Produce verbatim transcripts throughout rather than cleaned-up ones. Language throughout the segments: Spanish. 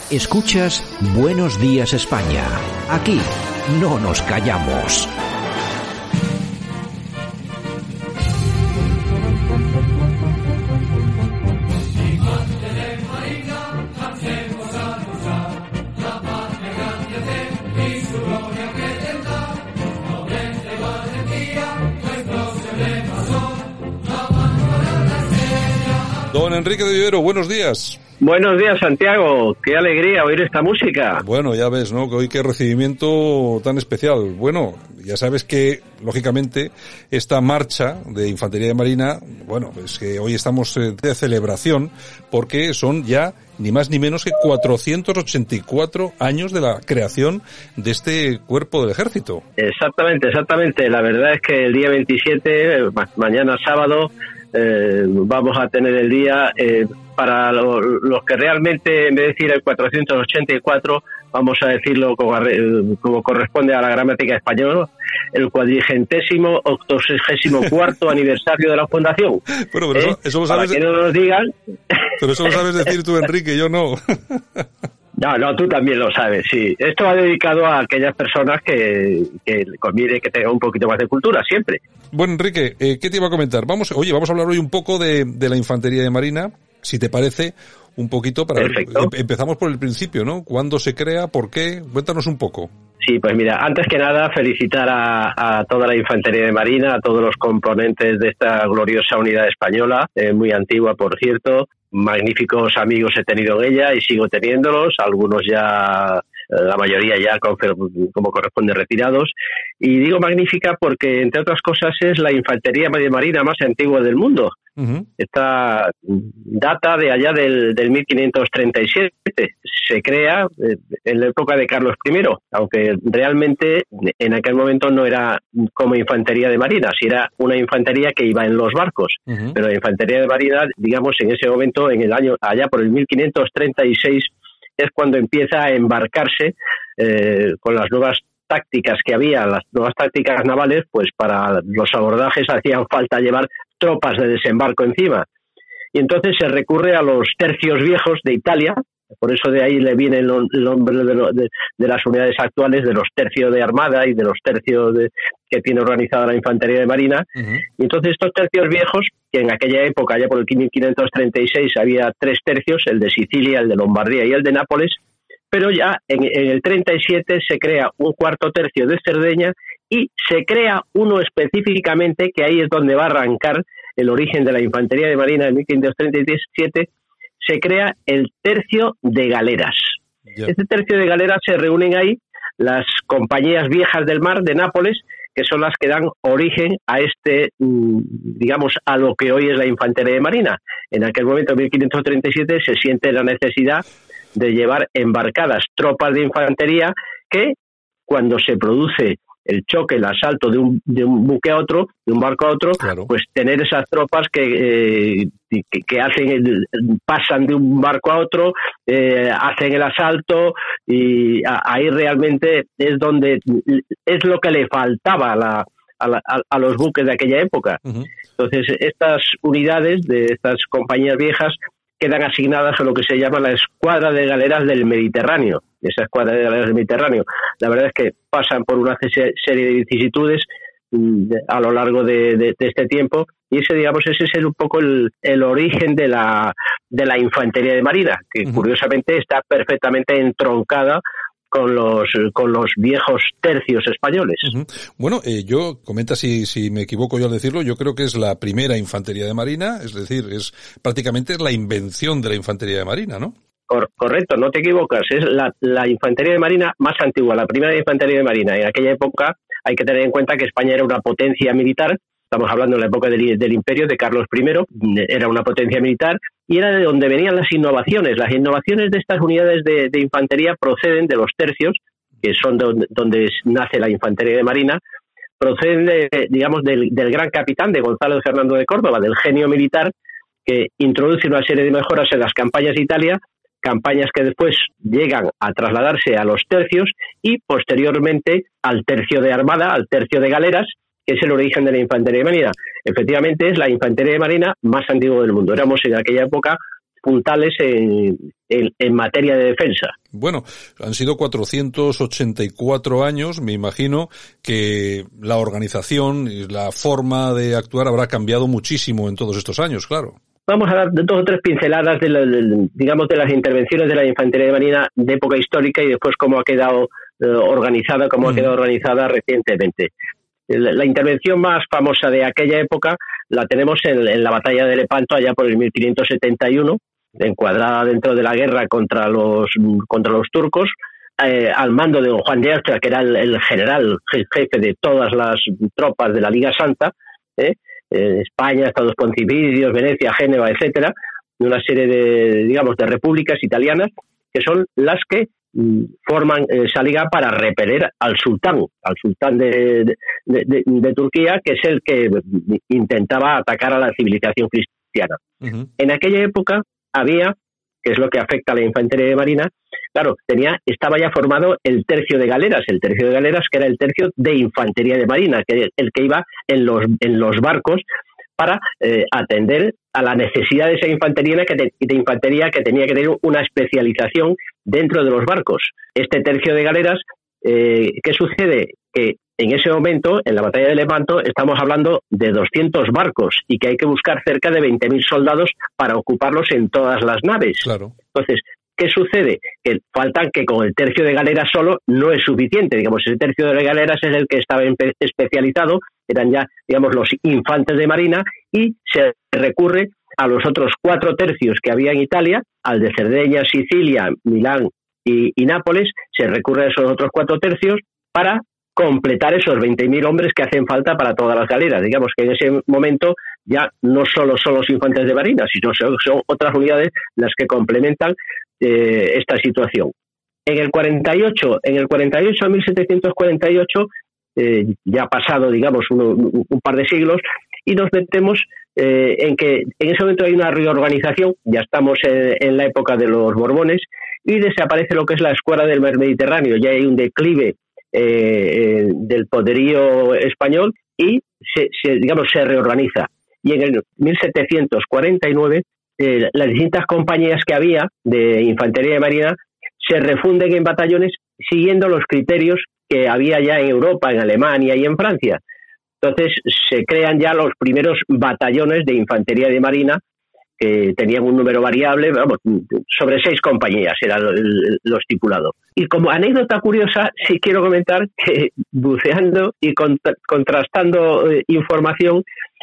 Escuchas Buenos Días España. Aquí no nos callamos. Don Enrique de Vivero, buenos días. Buenos días, Santiago. Qué alegría oír esta música. Bueno, ya ves, ¿no? Que hoy qué recibimiento tan especial. Bueno, ya sabes que, lógicamente, esta marcha de Infantería de Marina, bueno, pues que hoy estamos de celebración porque son ya ni más ni menos que cuatrocientos ochenta y cuatro años de la creación de este cuerpo del ejército. Exactamente, exactamente. La verdad es que el día veintisiete, mañana sábado, eh, vamos a tener el día... Eh, para lo, los que realmente, en vez de decir el cuatrocientos ochenta y cuatro, vamos a decirlo como, como corresponde a la gramática española, el cuadrigentésimo octogésimo cuarto aniversario de la fundación. Bueno, pero ¿Eh? eso, eso lo sabes... Para que no nos digan... Pero eso lo sabes decir tú, Enrique, yo no. No, no, tú también lo sabes, sí. Esto va dedicado a aquellas personas que, que conviene que tengan un poquito más de cultura, siempre. Bueno, Enrique, eh, ¿qué te iba a comentar? Vamos, oye, vamos a hablar hoy un poco de, de la Infantería de Marina, si te parece, un poquito para... Perfecto. Em, empezamos por el principio, ¿no? ¿Cuándo se crea? ¿Por qué? Cuéntanos un poco. Sí, pues mira, antes que nada felicitar a, a toda la Infantería de Marina, a todos los componentes de esta gloriosa unidad española, eh, muy antigua, por cierto. Magníficos amigos he tenido en ella y sigo teniéndolos, algunos ya, la mayoría ya como corresponde retirados. Y digo magnífica porque, entre otras cosas, es la Infantería de Marina más antigua del mundo. Uh-huh. Esta data de allá del, del mil quinientos treinta y siete. Se crea eh, en la época de Carlos primero, aunque realmente en aquel momento no era como Infantería de Marina, si era una infantería que iba en los barcos. Uh-huh. Pero la Infantería de Marina, digamos, en ese momento, en el año allá por el mil quinientos treinta y seis, es cuando empieza a embarcarse eh, con las nuevas tácticas que había, las nuevas tácticas navales, pues para los abordajes hacían falta llevar tropas de desembarco encima. Y entonces se recurre a los tercios viejos de Italia, por eso de ahí le viene el, el nombre de, lo, de, de las unidades actuales, de los tercios de armada y de los tercios de, que tiene organizada la Infantería de Marina. Uh-huh. Y entonces estos tercios viejos, que en aquella época, ya por el mil quinientos treinta y seis, había tres tercios, el de Sicilia, el de Lombardía y el de Nápoles, pero ya en, en el treinta y siete se crea un cuarto tercio de Cerdeña y se crea uno específicamente, que ahí es donde va a arrancar el origen de la Infantería de Marina en mil quinientos treinta y siete, se crea el tercio de galeras. Yeah. Este tercio de galeras se reúnen ahí las compañías viejas del mar de Nápoles, que son las que dan origen a este, digamos, a lo que hoy es la Infantería de Marina. En aquel momento, en mil quinientos treinta y siete, se siente la necesidad de llevar embarcadas tropas de infantería que, cuando se produce el choque, el asalto de un, de un buque a otro, de un barco a otro, claro, pues tener esas tropas que, eh, que, que hacen el, pasan de un barco a otro, eh, hacen el asalto, y a, ahí realmente es donde es lo que le faltaba a, la, a, la, a los buques de aquella época. Uh-huh. Entonces, estas unidades de estas compañías viejas quedan asignadas a lo que se llama la Escuadra de Galeras del Mediterráneo. Esa Escuadra de Galeras del Mediterráneo, la verdad es que pasan por una serie de vicisitudes a lo largo de, de, de este tiempo, y ese, digamos, ese es un poco el, el origen de la de la Infantería de Marina, que uh-huh. curiosamente está perfectamente entroncada con los con los viejos tercios españoles. Uh-huh. Bueno, eh, yo, comenta si, si me equivoco yo al decirlo, yo creo que es la primera Infantería de Marina, es decir, es prácticamente es la invención de la Infantería de Marina, ¿no? Cor- correcto, no te equivocas, es la, la Infantería de Marina más antigua, la primera Infantería de Marina. En aquella época hay que tener en cuenta que España era una potencia militar, estamos hablando de la época del, del Imperio de Carlos primero, era una potencia militar, y era de donde venían las innovaciones. Las innovaciones de estas unidades de, de infantería proceden de los tercios, que son donde, donde nace la Infantería de Marina, proceden, de, digamos, del, del gran capitán, de Gonzalo Fernando de Córdoba, del genio militar, que introduce una serie de mejoras en las campañas de Italia, campañas que después llegan a trasladarse a los tercios y posteriormente al tercio de armada, al tercio de galeras, que es el origen de la Infantería de Marina. Efectivamente, es la Infantería de Marina más antigua del mundo. Éramos en aquella época puntales en, en, en materia de defensa. Bueno, han sido cuatrocientos ochenta y cuatro años, me imagino que la organización y la forma de actuar habrá cambiado muchísimo en todos estos años, claro. Vamos a dar dos o tres pinceladas de, la, de digamos, de las intervenciones de la Infantería de Marina de época histórica y después cómo ha quedado eh, organizada, cómo mm. ha quedado organizada recientemente. La, la intervención más famosa de aquella época la tenemos en, en la batalla de Lepanto allá por el mil quinientos setenta y uno, encuadrada dentro de la guerra contra los contra los turcos, eh, al mando de don Juan de Austria, que era el, el general jefe de todas las tropas de la Liga Santa, eh, eh, España, Estados Pontificios, Venecia, Génova, etcétera, una serie de, digamos, de repúblicas italianas que son las que mm, forman eh, esa liga para repeler al sultán, al sultán de, de, de, de Turquía, que es el que intentaba atacar a la civilización cristiana. Uh-huh. En aquella época había, que es lo que afecta a la Infantería de Marina, claro, tenía, estaba ya formado el tercio de galeras, el tercio de galeras que era el tercio de Infantería de Marina, que es el que iba en los, en los barcos para eh, atender a la necesidad de esa infantería que, te, de infantería que tenía que tener una especialización dentro de los barcos. Este tercio de galeras, eh, ¿qué sucede? Que en ese momento, en la batalla de Lepanto, estamos hablando de doscientos barcos y que hay que buscar cerca de veinte mil soldados para ocuparlos en todas las naves. Claro. Entonces, ¿qué sucede? Que faltan que con el tercio de galeras solo no es suficiente. Digamos, ese tercio de galeras es el que estaba especializado, eran ya, digamos, los infantes de marina, y se recurre a los otros cuatro tercios que había en Italia, al de Cerdeña, Sicilia, Milán y, y Nápoles, se recurre a esos otros cuatro tercios para completar esos veinte mil hombres que hacen falta para todas las galeras. Digamos que en ese momento ya no solo son los infantes de marina, sino son, son otras unidades las que complementan eh, esta situación. En el cuarenta y ocho, en el cuarenta y ocho, mil setecientos cuarenta y ocho, eh, ya ha pasado, digamos, uno, un, un par de siglos, y nos metemos eh, en que en ese momento hay una reorganización, ya estamos en, en la época de los Borbones, y desaparece lo que es la escuadra del Mar Mediterráneo, ya hay un declive Eh, eh, del poderío español y se, se digamos se reorganiza, y en el mil setecientos cuarenta y nueve eh, las distintas compañías que había de infantería de marina se refunden en batallones siguiendo los criterios que había ya en Europa, en Alemania y en Francia. Entonces se crean ya los primeros batallones de infantería de marina que tenían un número variable, vamos, sobre seis compañías era lo, lo estipulado. Y como anécdota curiosa, sí quiero comentar que buceando y contra, contrastando eh, información,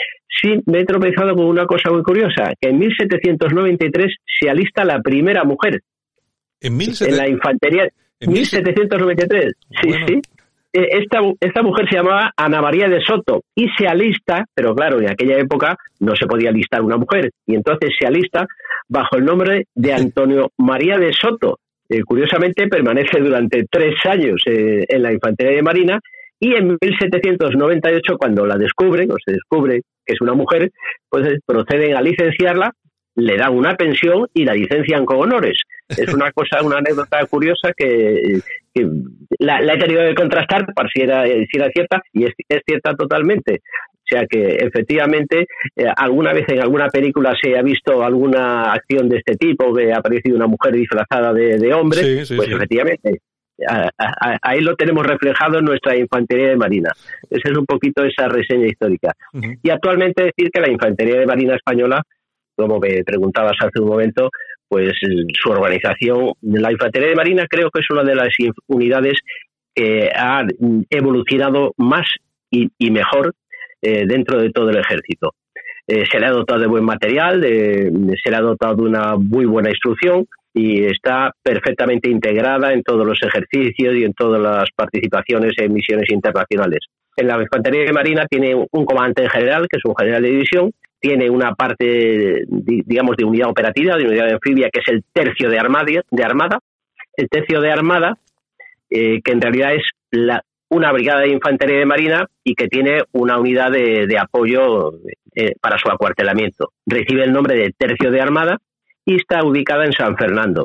sí me he tropezado con una cosa muy curiosa, que en mil setecientos noventa y tres se alista la primera mujer en, mil en la infantería. ¿En mil setecientos noventa y tres? Sí, bueno. sí. Esta, esta mujer se llamaba Ana María de Soto y se alista, pero claro, en aquella época no se podía alistar una mujer, y entonces se alista bajo el nombre de Antonio María de Soto. Eh, curiosamente permanece durante tres años eh, en la Infantería de Marina, y en mil setecientos noventa y ocho, cuando la descubren, o se descubre que es una mujer, pues proceden a licenciarla, le dan una pensión y la licencian con honores. Es una cosa, una anécdota curiosa que, que la, la he tenido que contrastar para si era, si era cierta, y es, es cierta totalmente. O sea que efectivamente eh, alguna vez en alguna película se ha visto alguna acción de este tipo, que ha aparecido una mujer disfrazada de, de hombre, sí, sí, pues sí. efectivamente a, a, ahí lo tenemos reflejado en nuestra infantería de marina. Esa es un poquito esa reseña histórica. Uh-huh. Y actualmente decir que la infantería de marina española, como me preguntabas hace un momento, pues su organización, la infantería de marina creo que es una de las unidades que ha evolucionado más y, y mejor eh, dentro de todo el ejército. Eh, se le ha dotado de buen material, de, se le ha dotado de una muy buena instrucción y está perfectamente integrada en todos los ejercicios y en todas las participaciones en misiones internacionales. En la infantería de marina tiene un comandante en general, que es un general de división, tiene una parte, digamos, de unidad operativa, de unidad anfibia, que es el tercio de armada, de armada. El tercio de armada, eh, que en realidad es la, una brigada de infantería de marina y que tiene una unidad de, de apoyo eh, para su acuartelamiento. Recibe el nombre de tercio de armada y está ubicada en San Fernando.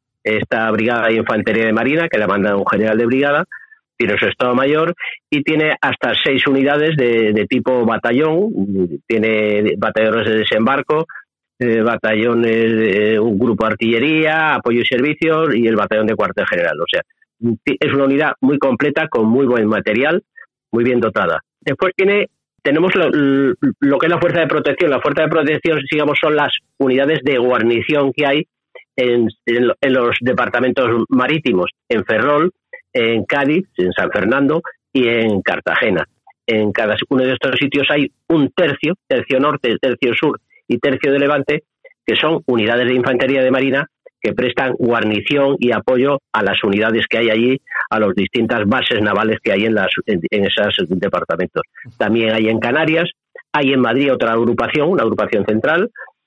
Esta brigada de infantería de marina, que la manda un general de brigada, tiene su estado mayor y tiene hasta seis unidades de, de tipo batallón, tiene batallones de desembarco, eh, batallones, eh, un grupo de artillería, apoyo y servicios y el batallón de cuartel general. O sea, es una unidad muy completa, con muy buen material, muy bien dotada. Después tiene, tenemos lo, lo que es la fuerza de protección. La fuerza de protección, digamos, son las unidades de guarnición que hay en, en, en los departamentos marítimos, en Ferrol, en Cádiz, en San Fernando y en Cartagena. En cada uno de estos sitios hay un tercio, tercio norte, tercio sur y tercio de levante, que son unidades de infantería de marina que prestan guarnición y apoyo a las unidades que hay allí, a las distintas bases navales que hay en, las, en, en esos departamentos. También hay en Canarias, hay en Madrid otra agrupación, una agrupación central,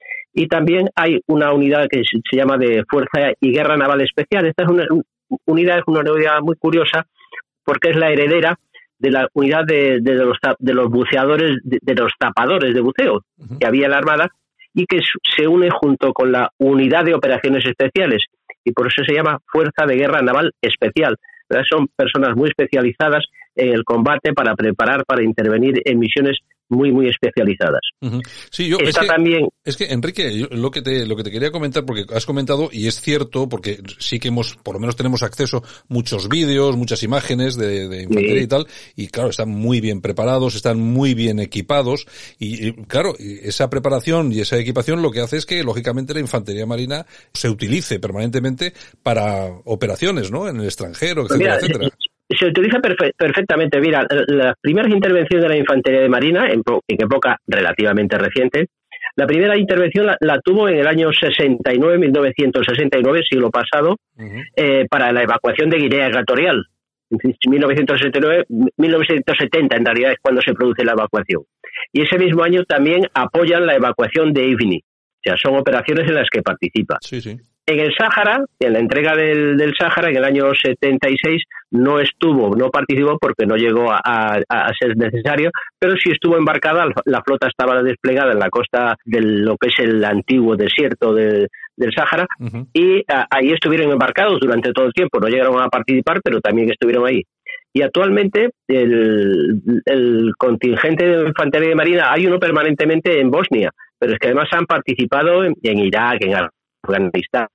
y también hay una unidad que se llama de Fuerza y Guerra Naval Especial. Esta es una unidad, es una unidad muy curiosa porque es la heredera de la unidad de, de, los, de los buceadores, de, de los tapadores de buceo uh-huh. que había en la Armada, y que se une junto con la Unidad de Operaciones Especiales, y por eso se llama Fuerza de Guerra Naval Especial. ¿Verdad? Son personas muy especializadas en el combate para preparar, para intervenir en misiones muy, muy especializadas. Uh-huh. Sí, yo, Está es que, también... es que, Enrique, yo, lo que te, lo que te quería comentar, porque has comentado, y es cierto, porque sí que hemos, por lo menos tenemos acceso a muchos vídeos, muchas imágenes de, de infantería sí. y tal, y claro, están muy bien preparados, están muy bien equipados, y, y claro, esa preparación y esa equipación lo que hace es que, lógicamente, la infantería marina se utilice permanentemente para operaciones, ¿no? En el extranjero, etcétera, Mira, etcétera. Se utiliza perfe- perfectamente. Mira, las primeras intervenciones de la infantería de marina, en, po- en época relativamente reciente, la primera intervención la, la tuvo en el año sesenta y nueve, mil novecientos sesenta y nueve, siglo pasado, uh-huh. eh, para la evacuación de Guinea Ecuatorial. En mil novecientos sesenta y nueve, mil novecientos setenta en realidad es cuando se produce la evacuación. Y ese mismo año también apoyan la evacuación de Ifni. O sea, son operaciones en las que participa. Sí, sí. En el Sáhara, en la entrega del, del Sáhara, en el año setenta y seis, no estuvo, no participó porque no llegó a, a, a ser necesario, pero sí estuvo embarcada, la flota estaba desplegada en la costa de lo que es el antiguo desierto de, del Sáhara, uh-huh. y a, ahí estuvieron embarcados durante todo el tiempo, no llegaron a participar, pero también estuvieron ahí. Y actualmente el, el contingente de infantería de marina, hay uno permanentemente en Bosnia, pero es que además han participado en, en Irak, en Afganistán,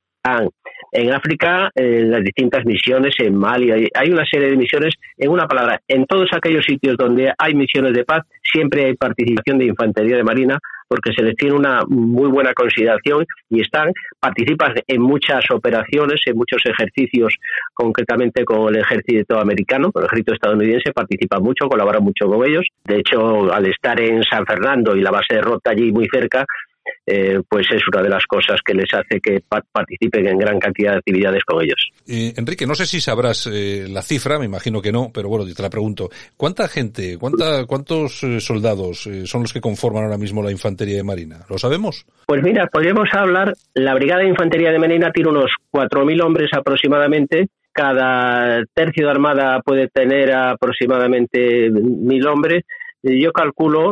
en África, en las distintas misiones, en Mali, hay, hay una serie de misiones, en una palabra, en todos aquellos sitios donde hay misiones de paz, siempre hay participación de infantería de marina, porque se les tiene una muy buena consideración y están, participan en muchas operaciones, en muchos ejercicios, concretamente con el ejército americano, con el ejército estadounidense, participan mucho, colaboran mucho con ellos. De hecho, al estar en San Fernando y la base de Rota allí muy cerca, Eh, pues es una de las cosas que les hace que pa- participen en gran cantidad de actividades con ellos. Eh, Enrique, no sé si sabrás eh, la cifra, me imagino que no, pero bueno, te la pregunto. ¿Cuánta gente, cuánta, cuántos eh, soldados eh, son los que conforman ahora mismo la infantería de marina? ¿Lo sabemos? Pues mira, podríamos hablar, la Brigada de Infantería de Marina tiene unos cuatro mil hombres aproximadamente, cada tercio de armada puede tener aproximadamente mil hombres. Yo calculo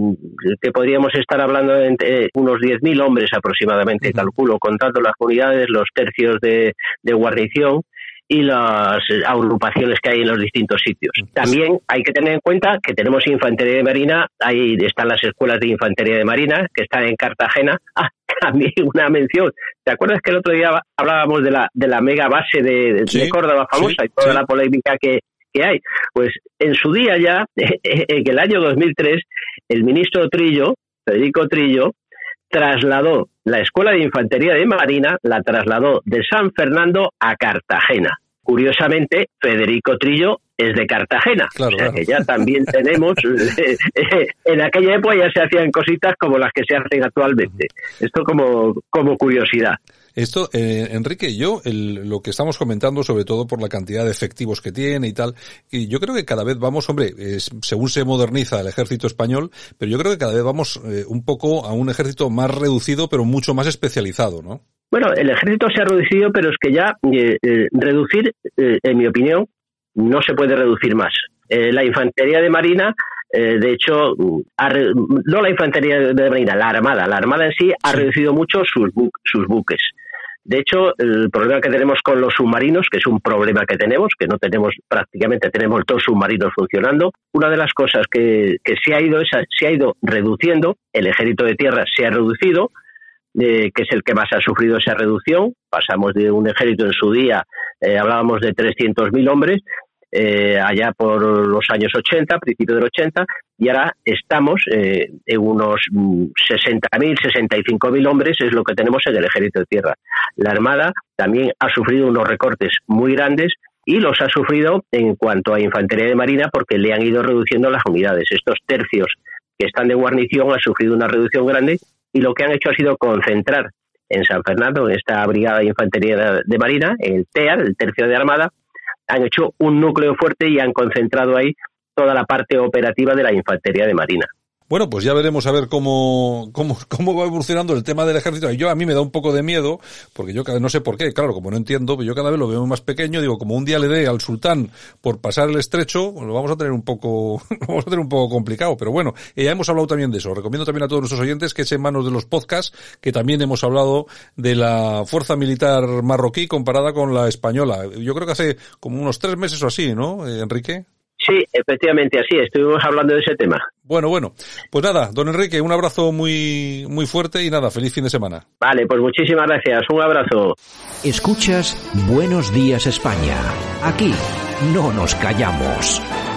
que podríamos estar hablando de entre unos diez mil hombres aproximadamente, uh-huh. calculo, contando las unidades, los tercios de, de guarnición y las agrupaciones que hay en los distintos sitios. También hay que tener en cuenta que tenemos infantería de marina, ahí están las escuelas de infantería de marina, que están en Cartagena. Ah, también una mención. ¿Te acuerdas que el otro día hablábamos de la, de la mega base de, de, sí, de Córdoba famosa sí, y toda sí. la polémica que que hay? Pues en su día ya, en el año dos mil tres, el ministro Trillo, Federico Trillo, trasladó la Escuela de Infantería de Marina, la trasladó de San Fernando a Cartagena. Curiosamente, Federico Trillo es de Cartagena, claro, o sea claro. que ya también tenemos, eh, eh, en aquella época ya se hacían cositas como las que se hacen actualmente. Esto como, como curiosidad. Esto, eh, Enrique, yo, el, lo que estamos comentando, sobre todo por la cantidad de efectivos que tiene y tal, y yo creo que cada vez vamos, hombre, es, según se moderniza el ejército español, pero yo creo que cada vez vamos eh, un poco a un ejército más reducido, pero mucho más especializado, ¿no? Bueno, el ejército se ha reducido, pero es que ya eh, eh, reducir, eh, en mi opinión, no se puede reducir más. Eh, la infantería de marina, eh, de hecho, ha re- no la infantería de marina, la armada, la armada en sí ha sí. reducido mucho sus, bu- sus buques. De hecho, el problema que tenemos con los submarinos, que es un problema que tenemos, que no tenemos prácticamente, tenemos dos submarinos funcionando, una de las cosas que, que se ha ido es, se ha ido reduciendo, el ejército de tierra se ha reducido, eh, que es el que más ha sufrido esa reducción. Pasamos de un ejército en su día, eh, hablábamos de trescientos mil hombres, eh, allá por los años ochenta, principios del ochenta, y ahora estamos eh, en unos sesenta mil, sesenta y cinco mil hombres, es lo que tenemos en el ejército de tierra. La Armada también ha sufrido unos recortes muy grandes y los ha sufrido en cuanto a infantería de marina porque le han ido reduciendo las unidades. Estos tercios que están de guarnición han sufrido una reducción grande y lo que han hecho ha sido concentrar en San Fernando, en esta brigada de infantería de marina, en el T E A R, el tercio de Armada, han hecho un núcleo fuerte y han concentrado ahí toda la parte operativa de la infantería de marina. Bueno, pues ya veremos a ver cómo, cómo, cómo va evolucionando el tema del ejército. Yo, a mí me da un poco de miedo, porque yo cada, no sé por qué, claro, como no entiendo, yo cada vez lo veo más pequeño, digo, como un día le dé al sultán por pasar el estrecho, pues lo vamos a tener un poco, lo vamos a tener un poco complicado, pero bueno, eh, ya hemos hablado también de eso. Recomiendo también a todos nuestros oyentes que echen manos de los podcasts, que también hemos hablado de la fuerza militar marroquí comparada con la española. Yo creo que hace como unos tres meses o así, ¿no, eh, Enrique? Sí, efectivamente, así, estuvimos hablando de ese tema. Bueno, bueno, pues nada, don Enrique, un abrazo muy muy fuerte y nada, feliz fin de semana. Vale, pues muchísimas gracias, un abrazo. Escuchas Buenos Días España. Aquí no nos callamos.